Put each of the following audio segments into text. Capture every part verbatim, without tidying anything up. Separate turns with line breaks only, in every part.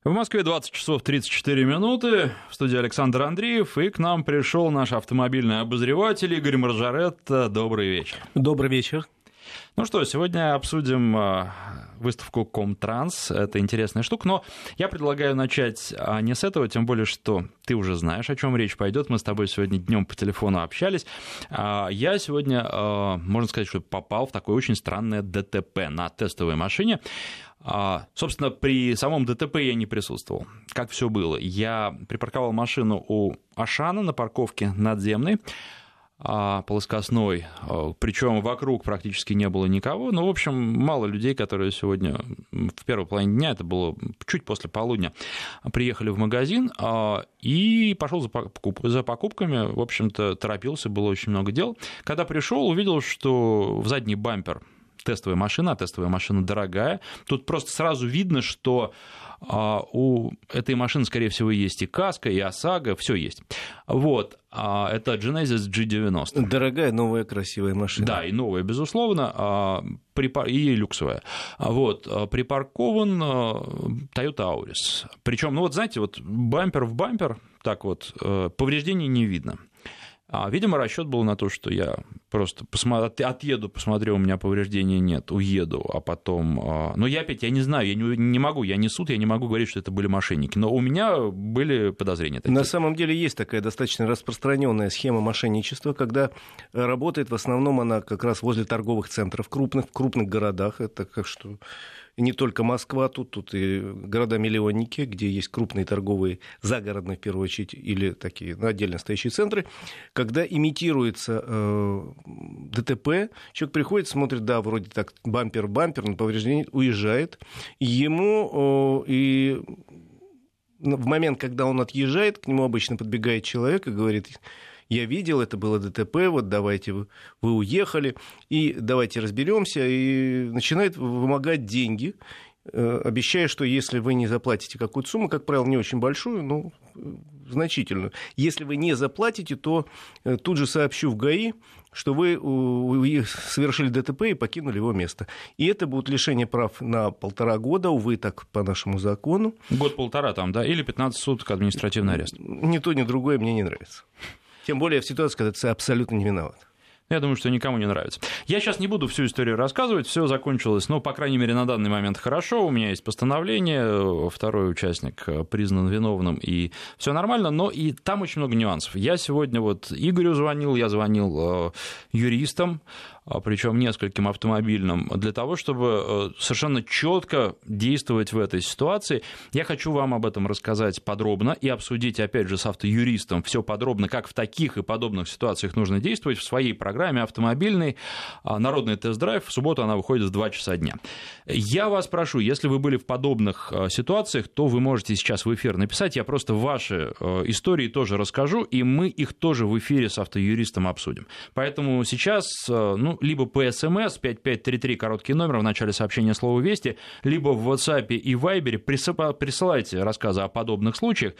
В Москве двадцать часов тридцать четыре минуты, в студии Александр Андреев, и к нам пришел наш автомобильный обозреватель Игорь Маржаретта. Добрый вечер.
Добрый вечер.
Ну что, сегодня обсудим выставку Комтранс. Это интересная штука, но я предлагаю начать не с этого, тем более, что ты уже знаешь, о чем речь пойдет. Мы с тобой сегодня днем по телефону общались. Я сегодня, можно сказать, что попал в такое очень странное ДТП на тестовой машине. Собственно, при самом ДТП я не присутствовал. Как все было? Я припарковал машину у Ашана на парковке надземной, плоскостной, причем вокруг практически не было никого. Ну, в общем, мало людей, которые сегодня в первой половине дня, это было чуть после полудня, приехали в магазин, и пошел за покупками. В общем-то, торопился, было очень много дел. Когда пришел, увидел, что в задний бампер тестовая машина, а тестовая машина дорогая. Тут просто сразу видно, что а, у этой машины, скорее всего, есть и Каска, и ОСАГО, все есть. Вот. А, это Genesis джи девяносто.
Дорогая, новая, красивая машина.
Да, и новая, безусловно, а, припар... и люксовая. Вот. Припаркован Toyota Auris. Причем, ну вот, знаете, вот бампер в бампер, так вот, повреждений не видно. Видимо, расчет был на то, что я просто посмотри, отъеду, посмотрю, у меня повреждений нет, уеду, а потом... Но я опять, я не знаю, я не, не могу, я не суд, я не могу говорить, что это были мошенники, но у меня были подозрения такие.
На самом деле есть такая достаточно распространенная схема мошенничества, когда работает, в основном она как раз возле торговых центров крупных, в крупных городах, это как что... Не только Москва, тут, тут и города-миллионники, где есть крупные торговые, загородные, в первую очередь, или такие ну, отдельно стоящие центры. Когда имитируется э, ДТП, человек приходит, смотрит, да, вроде так, бампер в бампер, на повреждение, уезжает. Ему э, и в момент, когда он отъезжает, к нему обычно подбегает человек и говорит... Я видел, это было ДТП, вот давайте вы, вы уехали, и давайте разберемся, и начинает вымогать деньги, обещая, что если вы не заплатите какую-то сумму, как правило, не очень большую, но значительную, если вы не заплатите, то тут же сообщу в ГАИ, что вы совершили ДТП и покинули его место. И это будет лишение прав на полтора года, увы, так по нашему закону.
Год-полтора там, да, или пятнадцать суток административный арест.
Ни то, ни другое мне не нравится. Тем более в ситуации, когда ты абсолютно не виноват.
Я думаю, что никому не нравится. Я сейчас не буду всю историю рассказывать, все закончилось, но, по крайней мере, на данный момент хорошо, у меня есть постановление, второй участник признан виновным, и все нормально, но и там очень много нюансов. Я сегодня вот Игорю звонил, я звонил юристам, причем нескольким автомобильным, для того, чтобы совершенно четко действовать в этой ситуации. Я хочу вам об этом рассказать подробно и обсудить, опять же, с автоюристом все подробно, как в таких и подобных ситуациях нужно действовать в своей программе автомобильной «Народный тест-драйв». В субботу она выходит в два часа дня. Я вас прошу, если вы были в подобных ситуациях, то вы можете сейчас в эфир написать, я просто ваши истории тоже расскажу, и мы их тоже в эфире с автоюристом обсудим. Поэтому сейчас, ну, либо по СМС пять пять три три, короткий номер, в начале сообщения слова «Вести», либо в WhatsApp и Viber присылайте рассказы о подобных случаях.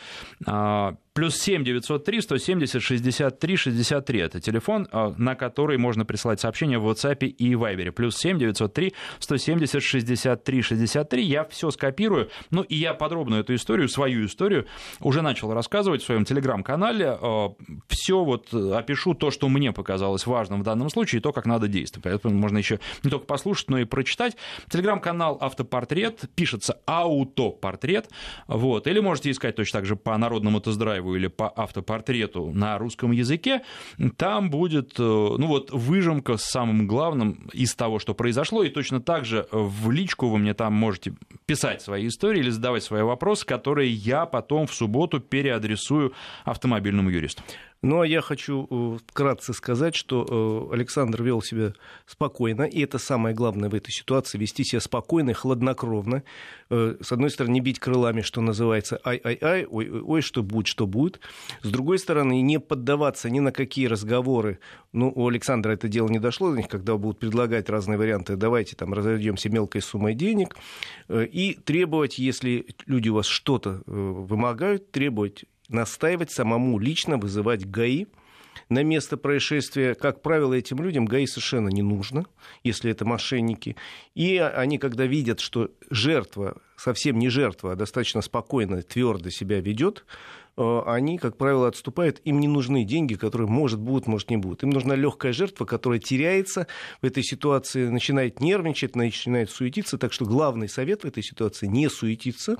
Плюс семь девятьсот три сто семьдесят шестьдесят три шестьдесят три. Это телефон, на который можно присылать сообщения в WhatsApp и Viber. Плюс семь девятьсот три сто семьдесят шестьдесят три шестьдесят три. Я все скопирую. Ну и я подробно эту историю, свою историю, уже начал рассказывать в своем телеграм-канале. Все вот опишу то, что мне показалось важным в данном случае, и то, как надо действовать. Поэтому можно еще не только послушать, но и прочитать. Телеграм-канал «Автопортрет», пишется «Аутопортрет». Вот. Или можете искать точно так же по «Народному тест-драйву» или по автопортрету на русском языке, там будет, ну вот, выжимка с самым главным из того, что произошло, и точно так же в личку вы мне там можете писать свои истории или задавать свои вопросы, которые я потом в субботу переадресую автомобильному юристу.
Ну, а я хочу вкратце сказать, что Александр вел себя спокойно, и это самое главное в этой ситуации, вести себя спокойно и хладнокровно. С одной стороны, не бить крылами, что называется, ай-ай-ай, ой-ой, что будет, что будет. С другой стороны, не поддаваться ни на какие разговоры. Ну, у Александра это дело не дошло до них, когда будут предлагать разные варианты, давайте там разойдемся мелкой суммой денег, и требовать, если люди у вас что-то вымогают, требовать, настаивать, самому лично вызывать ГАИ на место происшествия. Как правило, этим людям ГАИ совершенно не нужно, если это мошенники. И они, когда видят, что жертва совсем не жертва, а достаточно спокойно, твердо себя ведет, они, как правило, отступают. Им не нужны деньги, которые, может, будут, может, не будут. Им нужна легкая жертва, которая теряется в этой ситуации, начинает нервничать, начинает суетиться. Так что главный совет в этой ситуации — не суетиться,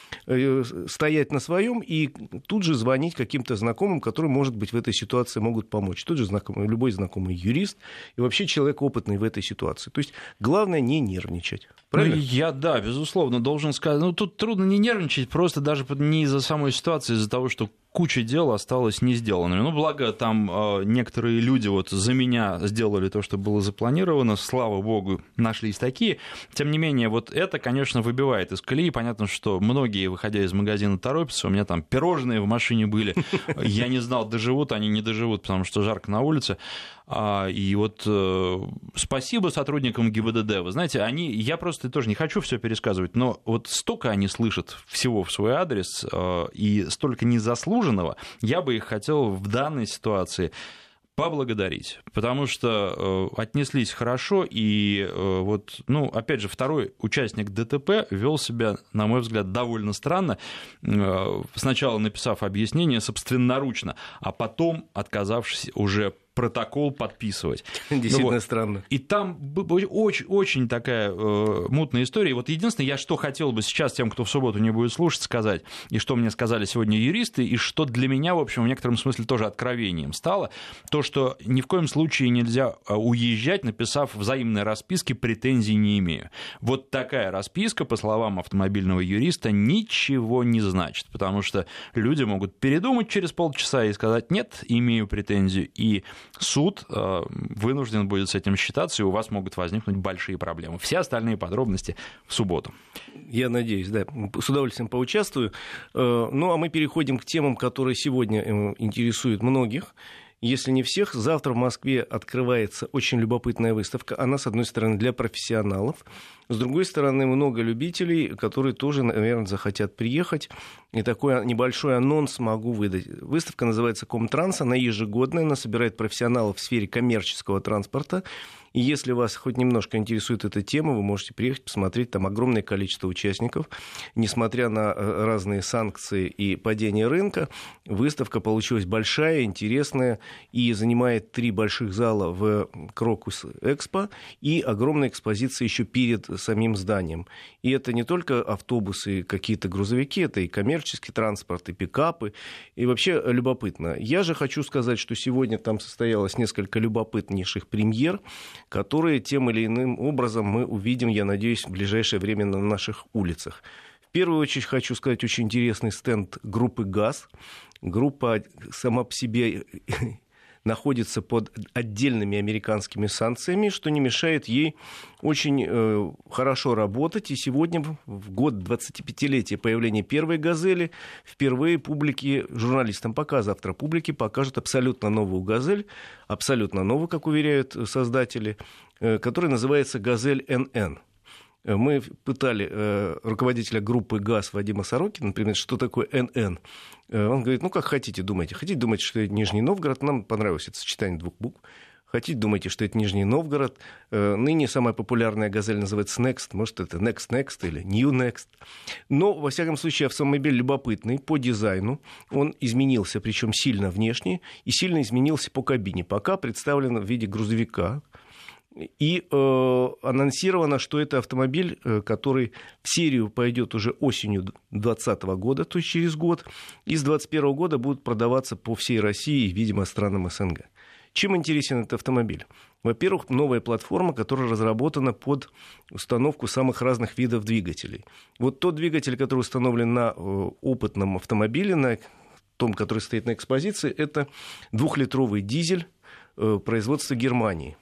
стоять на своем и тут же звонить каким-то знакомым, которые, может быть, в этой ситуации могут помочь. Тот же знакомый, любой знакомый юрист и вообще человек опытный в этой ситуации. То есть главное не нервничать. Правильно?
Ну, я, да, безусловно, должен сказать. Ну, тут трудно не нервничать, просто даже не из-за самой ситуации, а из-за того, что куча дел осталась не сделанными. Ну, благо, там э, некоторые люди вот за меня сделали то, что было запланировано, слава богу, нашлись такие. Тем не менее, вот это, конечно, выбивает из колеи. Понятно, что многие, выходя из магазина, торопятся. У меня там пирожные в машине были. Я не знал, доживут они, не доживут, потому что жарко на улице. И вот э, спасибо сотрудникам ГИБДД. Вы знаете, они, я просто тоже не хочу все пересказывать, но вот столько они слышат всего в свой адрес э, и столько незаслуженного, я бы их хотел в данной ситуации поблагодарить, потому что э, отнеслись хорошо, и э, вот, ну, опять же, второй участник ДТП вел себя, на мой взгляд, довольно странно, э, сначала написав объяснение собственноручно, а потом отказавшись уже протокол подписывать.
Действительно
ну, вот.
Странно.
И там очень, очень такая э, мутная история. Вот единственное, я что хотел бы сейчас тем, кто в субботу не будет слушать, сказать, и что мне сказали сегодня юристы, и что для меня, в общем, в некотором смысле тоже откровением стало, то, что ни в коем случае нельзя уезжать, написав взаимные расписки, претензий не имею. Вот такая расписка, по словам автомобильного юриста, ничего не значит, потому что люди могут передумать через полчаса и сказать: нет, имею претензию, и суд э, вынужден будет с этим считаться, и у вас могут возникнуть большие проблемы. Все остальные подробности в субботу.
Я надеюсь, да. С удовольствием поучаствую. Э, ну, а мы переходим к темам, которые сегодня э, интересуют многих. Если не всех, завтра в Москве открывается очень любопытная выставка. Она, с одной стороны, для профессионалов, с другой стороны, много любителей, которые тоже, наверное, захотят приехать. И такой небольшой анонс могу выдать. Выставка называется «Комтранс», она ежегодная, она собирает профессионалов в сфере коммерческого транспорта. И если вас хоть немножко интересует эта тема, вы можете приехать посмотреть, там огромное количество участников. Несмотря на разные санкции и падение рынка, выставка получилась большая, интересная и занимает три больших зала в Крокус Экспо и огромная экспозиция еще перед самим зданием. И это не только автобусы, какие-то грузовики, это и коммерческий транспорт, и пикапы, и вообще любопытно. Я же хочу сказать, что сегодня там состоялось несколько любопытнейших премьер, которые тем или иным образом мы увидим, я надеюсь, в ближайшее время на наших улицах. В первую очередь хочу сказать очень интересный стенд группы «ГАЗ». Группа сама по себе находится под отдельными американскими санкциями, что не мешает ей очень э, хорошо работать. И сегодня, в год двадцатипятилетия появления первой «Газели», впервые публике, журналистам пока завтра публике покажут абсолютно новую «Газель», абсолютно новую, как уверяют создатели, э, которая называется «Газель эн эн». Мы пытали э, руководителя группы «ГАЗ» Вадима Сорокина, например, что такое эн эн. Он говорит: ну, как хотите, думайте. Хотите, думайте, что это Нижний Новгород. Нам понравилось это сочетание двух букв. Хотите, думайте, что это Нижний Новгород. Ныне самая популярная «Газель» называется Next. Может, это Next Next или New Next. Но, во всяком случае, автомобиль любопытный по дизайну. Он изменился, причем сильно внешне, и сильно изменился по кабине. Пока представлен в виде грузовика. И э, анонсировано, что это автомобиль, э, который в серию пойдет уже осенью две тысячи двадцатого года, то есть через год, и с две тысячи двадцать первого года будут продаваться по всей России и, видимо, странам СНГ. Чем интересен этот автомобиль? Во-первых, новая платформа, которая разработана под установку самых разных видов двигателей. Вот тот двигатель, который установлен на э, опытном автомобиле, на том, который стоит на экспозиции, это двухлитровый дизель э, производства Германии.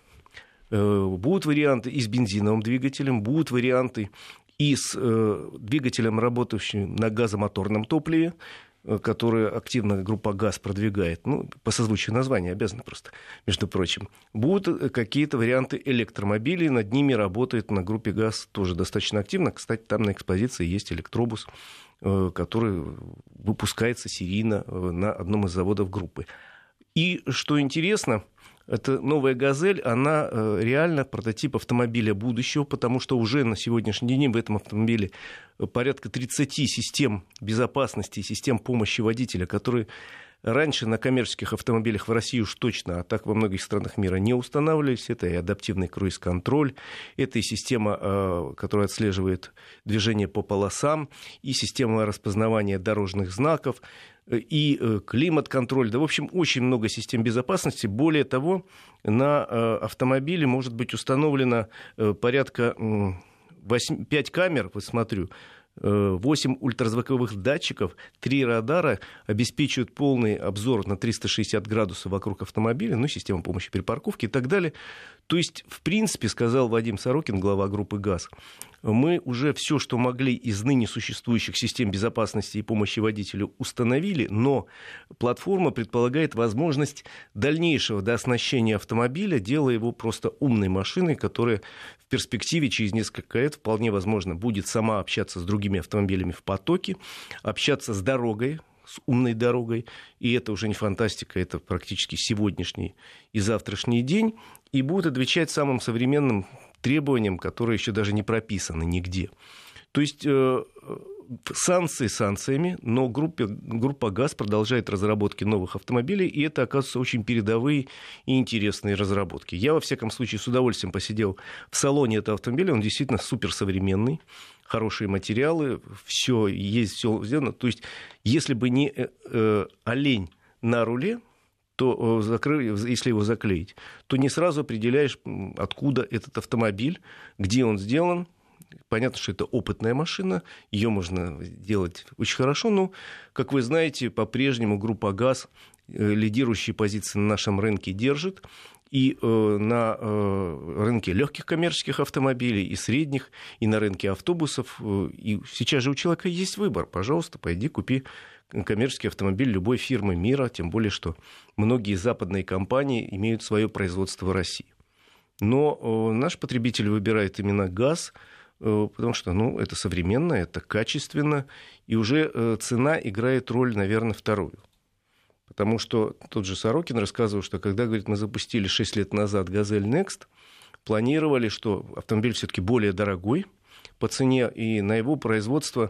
Будут варианты и с бензиновым двигателем, будут варианты и с э, двигателем, работающим на газомоторном топливе, э, который активно группа «ГАЗ» продвигает. Ну, по созвучию названия обязаны просто, между прочим. Будут какие-то варианты электромобилей, над ними работает на группе «ГАЗ» тоже достаточно активно. Кстати, там на экспозиции есть электробус, э, который выпускается серийно э, на одном из заводов группы. И, что интересно, эта новая «Газель», она реально прототип автомобиля будущего, потому что уже на сегодняшний день в этом автомобиле порядка тридцать систем безопасности и систем помощи водителя, которые раньше на коммерческих автомобилях в России уж точно, а так во многих странах мира не устанавливались. Это и адаптивный круиз-контроль, это и система, которая отслеживает движение по полосам, и система распознавания дорожных знаков, и климат-контроль. Да, в общем, очень много систем безопасности. Более того, на автомобиле может быть установлено порядка пять камер, вот смотрю, восемь ультразвуковых датчиков, три радара обеспечивают полный обзор на триста шестьдесят градусов вокруг автомобиля, ну, система помощи при парковке и так далее. То есть, в принципе, сказал Вадим Сорокин, глава группы «ГАЗ», мы уже все, что могли из ныне существующих систем безопасности и помощи водителю, установили, но платформа предполагает возможность дальнейшего дооснащения автомобиля, делая его просто умной машиной, которая в перспективе через несколько лет вполне возможно будет сама общаться с другими автомобилями в потоке, общаться с дорогой, с умной дорогой, и это уже не фантастика, это практически сегодняшний и завтрашний день, и будет отвечать самым современным требованиям, которые еще даже не прописаны нигде. То есть э, санкции санкциями, но группа, группа «ГАЗ» продолжает разработки новых автомобилей, и это, оказывается, очень передовые и интересные разработки. Я, во всяком случае, с удовольствием посидел в салоне этого автомобиля, он действительно суперсовременный, хорошие материалы, все есть, все сделано. То есть, если бы не э, э, олень на руле, то если его заклеить, то не сразу определяешь, откуда этот автомобиль, где он сделан. Понятно, что это опытная машина, ее можно делать очень хорошо, но, как вы знаете, по-прежнему группа «ГАЗ» лидирующие позиции на нашем рынке держит. И э, на э, рынке легких коммерческих автомобилей, и средних, и на рынке автобусов. И сейчас же у человека есть выбор. Пожалуйста, пойди купи коммерческий автомобиль любой фирмы мира, тем более, что многие западные компании имеют свое производство в России. Но э, наш потребитель выбирает именно «ГАЗ», э, потому что ну, это современно, это качественно, и уже э, цена играет роль, наверное, вторую. Потому что тот же Сорокин рассказывал, что когда, говорит, мы запустили шесть лет назад «Газель Next», планировали, что автомобиль все-таки более дорогой по цене, и на его производство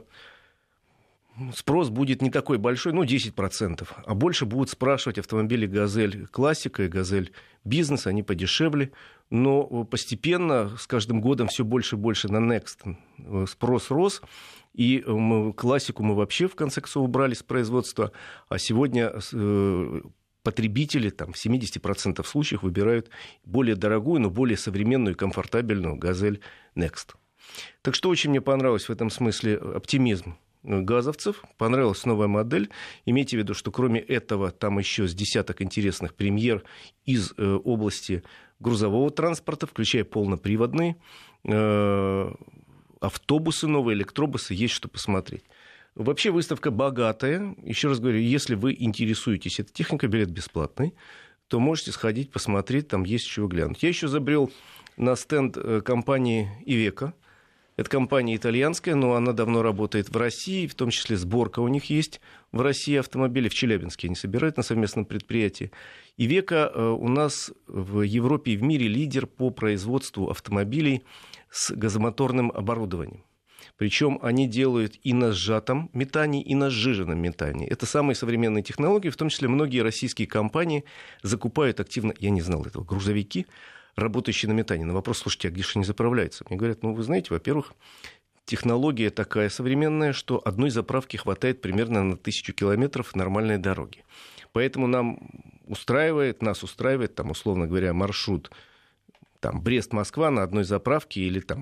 спрос будет не такой большой, ну, десять процентов. А больше будут спрашивать автомобили «Газель Классика» и «Газель Бизнес», они подешевле. Но постепенно, с каждым годом все больше и больше на Next спрос рос. И мы, «Классику» мы вообще, в конце концов, убрали с производства. А сегодня э, потребители там, в семьдесят процентов случаев выбирают более дорогую, но более современную и комфортабельную «Газель Next». Так что очень мне понравилось в этом смысле оптимизм газовцев. Понравилась новая модель. Имейте в виду, что кроме этого там еще с десяток интересных премьер из э, области грузового транспорта, включая полноприводные, э, автобусы новые, электробусы, есть что посмотреть. Вообще выставка богатая. Еще раз говорю, если вы интересуетесь этой техникой, билет бесплатный, то можете сходить, посмотреть, там есть чего глянуть. Я еще забрел на стенд компании «Ивеко». Это компания итальянская, но она давно работает в России, в том числе сборка у них есть в России автомобилей, в Челябинске они собирают на совместном предприятии. «Ивеко» у нас в Европе и в мире лидер по производству автомобилей с газомоторным оборудованием. Причем они делают и на сжатом метании, и на сжиженном метании. Это самые современные технологии, в том числе многие российские компании закупают активно, я не знал этого, грузовики, работающие на метане. На вопрос, слушайте, а где же они заправляются? Мне говорят, ну, вы знаете, во-первых, технология такая современная, что одной заправки хватает примерно на тысячу километров нормальной дороги. Поэтому нам устраивает, нас устраивает, там, условно говоря, маршрут там, Брест-Москва на одной заправке или там,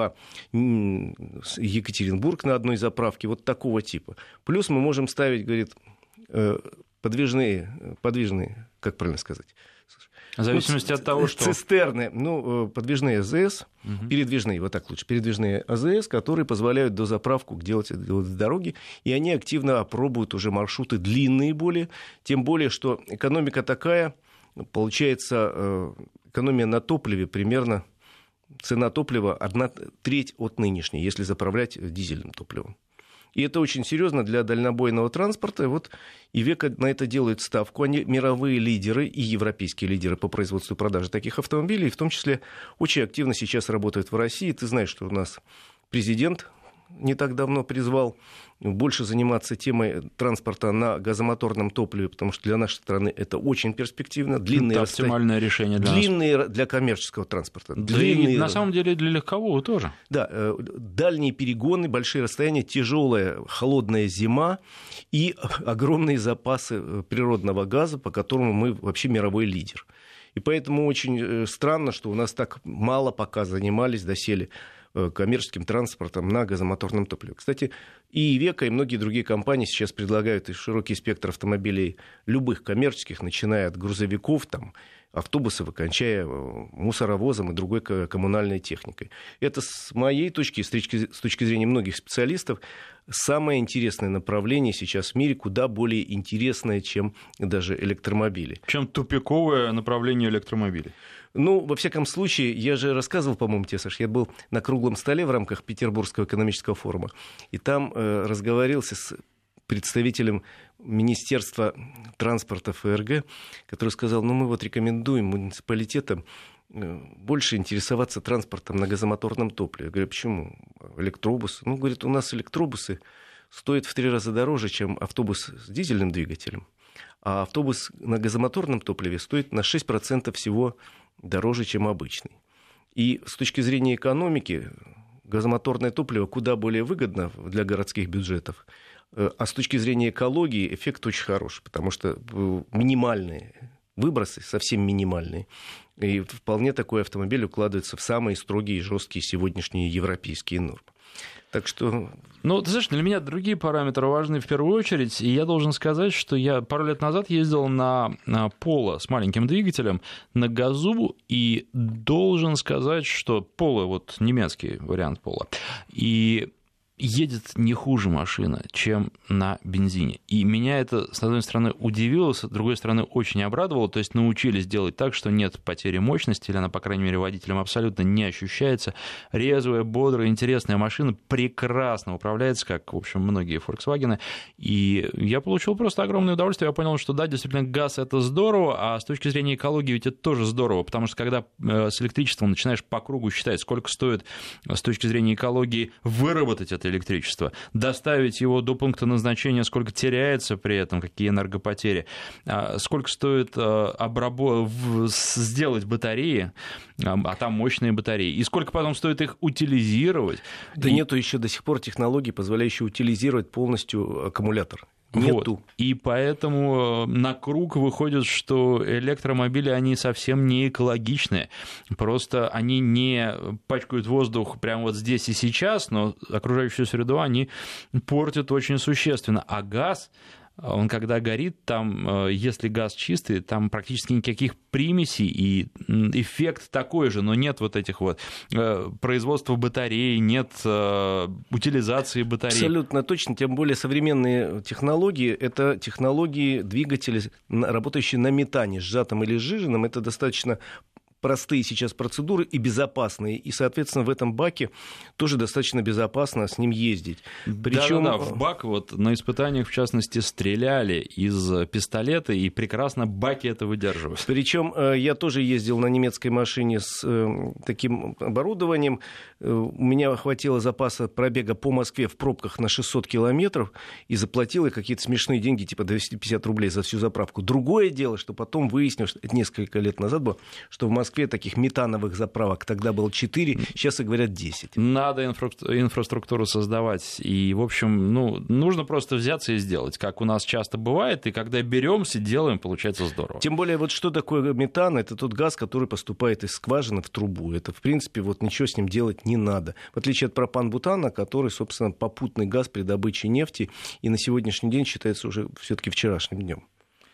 Москва-Екатеринбург на одной заправке, вот такого типа. Плюс мы можем ставить, говорит, подвижные, подвижные, как правильно сказать,
в зависимости ну, от того, что...
Цистерны, ну, подвижные АЗС, угу. передвижные, вот так лучше, передвижные АЗС, которые позволяют дозаправку делать в дороге, и они активно опробуют уже маршруты длинные более, тем более, что экономика такая, получается, экономия на топливе примерно, цена топлива одна треть от нынешней, если заправлять дизельным топливом. И это очень серьезно для дальнобойного транспорта. Вот Ивеко на это делает ставку. Они мировые лидеры и европейские лидеры по производству и продаже таких автомобилей. В том числе очень активно сейчас работают в России. Ты знаешь, что у нас президент не так давно призвал больше заниматься темой транспорта на газомоторном топливе, потому что для нашей страны это очень перспективно. Длинные
это оптимальное расстояния, решение для
длинные
нас.
Для коммерческого транспорта.
Да
длинные...
и на самом деле для легкового тоже.
Да, дальние перегоны, большие расстояния, тяжелая холодная зима и огромные запасы природного газа, по которому мы вообще мировой лидер. И поэтому очень странно, что у нас так мало пока занимались доселе коммерческим транспортом на газомоторном топливе. Кстати, и Ивеко, и многие другие компании сейчас предлагают и широкий спектр автомобилей любых коммерческих, начиная от грузовиков, там, автобусов, и кончая мусоровозом и другой коммунальной техникой. Это, с моей точки, с точки, с точки зрения многих специалистов, самое интересное направление сейчас в мире, куда более интересное, чем даже электромобили.
Чем тупиковое направление электромобилей.
Ну, во всяком случае, я же рассказывал, по-моему, тебе, Саш, я был на круглом столе в рамках Петербургского экономического форума, и там э, разговаривался с представителем Министерства транспорта ФРГ, который сказал, ну, мы вот рекомендуем муниципалитетам больше интересоваться транспортом на газомоторном топливе. Я говорю, почему? Электробусы? Ну, говорит, у нас электробусы стоят в три раза дороже, чем автобус с дизельным двигателем. А автобус на газомоторном топливе стоит на шесть процентов всего дороже, чем обычный. И с точки зрения экономики газомоторное топливо куда более выгодно для городских бюджетов. А с точки зрения экологии эффект очень хороший, потому что минимальные выбросы, совсем минимальные. И вполне такой автомобиль укладывается в самые строгие и жесткие сегодняшние европейские нормы. Так что...
Ну, ты знаешь, для меня другие параметры важны в первую очередь, и я должен сказать, что я пару лет назад ездил на, на Polo с маленьким двигателем на газу, и должен сказать, что Polo, вот немецкий вариант Polo, и едет не хуже машина, чем на бензине. И меня это, с одной стороны, удивило, с другой стороны, очень обрадовало. То есть научились делать так, что нет потери мощности, или она, по крайней мере, водителем абсолютно не ощущается. Резвая, бодрая, интересная машина, прекрасно управляется, как, в общем, многие Volkswagen. И я получил просто огромное удовольствие. Я понял, что да, действительно, газ — это здорово, а с точки зрения экологии ведь это тоже здорово, потому что когда с электричеством начинаешь по кругу считать, сколько стоит с точки зрения экологии выработать это электричество, доставить его до пункта назначения, сколько теряется при этом, какие энергопотери, сколько стоит обработ... сделать батареи, а там мощные батареи, и сколько потом стоит их утилизировать.
Да
и...
нету еще до сих пор технологий, позволяющей утилизировать полностью аккумулятор. Нету.
Вот. И поэтому на круг выходит, что электромобили, они совсем не экологичные. Просто они не пачкают воздух прямо вот здесь и сейчас, но окружающую среду они портят очень существенно. А газ, он когда горит, там, если газ чистый, там практически никаких примесей, и эффект такой же, но нет вот этих вот производства батарей, нет утилизации батарей.
Абсолютно точно, тем более современные технологии, это технологии двигателей, работающие на метане, сжатом или сжиженном, это достаточно простые сейчас процедуры и безопасные, и, соответственно, в этом баке тоже достаточно безопасно с ним ездить.
Причем да, да, в бак вот на испытаниях, в частности, стреляли из пистолета, и прекрасно баки это выдерживают.
Причем я тоже ездил на немецкой машине с таким оборудованием. У меня хватило запаса пробега по Москве в пробках на шестьсот километров, и заплатил я какие-то смешные деньги, типа двести пятьдесят рублей за всю заправку. Другое дело, что потом выяснилось, что это несколько лет назад было, что в Москве таких метановых заправок тогда было четыре, сейчас и говорят десять.
Надо инфра- инфраструктуру создавать. И, в общем, ну, нужно просто взяться и сделать, как у нас часто бывает. И когда беремся, делаем, получается здорово.
Тем более, вот что такое метан? Это тот газ, который поступает из скважины в трубу. Это, в принципе, вот ничего с ним делать не надо. В отличие от пропан-бутана, который, собственно, попутный газ при добыче нефти. И на сегодняшний день считается уже все-таки вчерашним днем.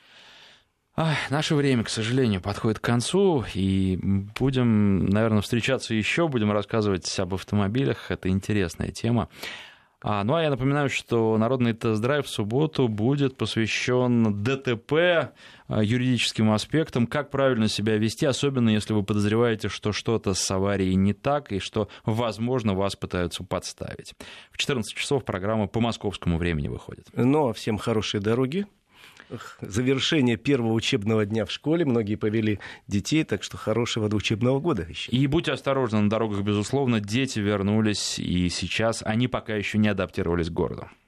Ах, наше время, к сожалению, подходит к концу, и будем, наверное, встречаться еще, будем рассказывать об автомобилях. Это интересная тема. А, ну, а я напоминаю, что народный тест-драйв в субботу будет посвящен ДТП, юридическим аспектам, как правильно себя вести, особенно если вы подозреваете, что что-то с аварией не так и что, возможно, вас пытаются подставить. В четырнадцать часов программа по московскому времени выходит.
Ну, а всем хорошей дороги. Завершение первого учебного дня в школе. Многие повели детей, так что хорошего учебного года еще.
И будьте осторожны на дорогах, безусловно. Дети вернулись, и сейчас они пока еще не адаптировались к городу.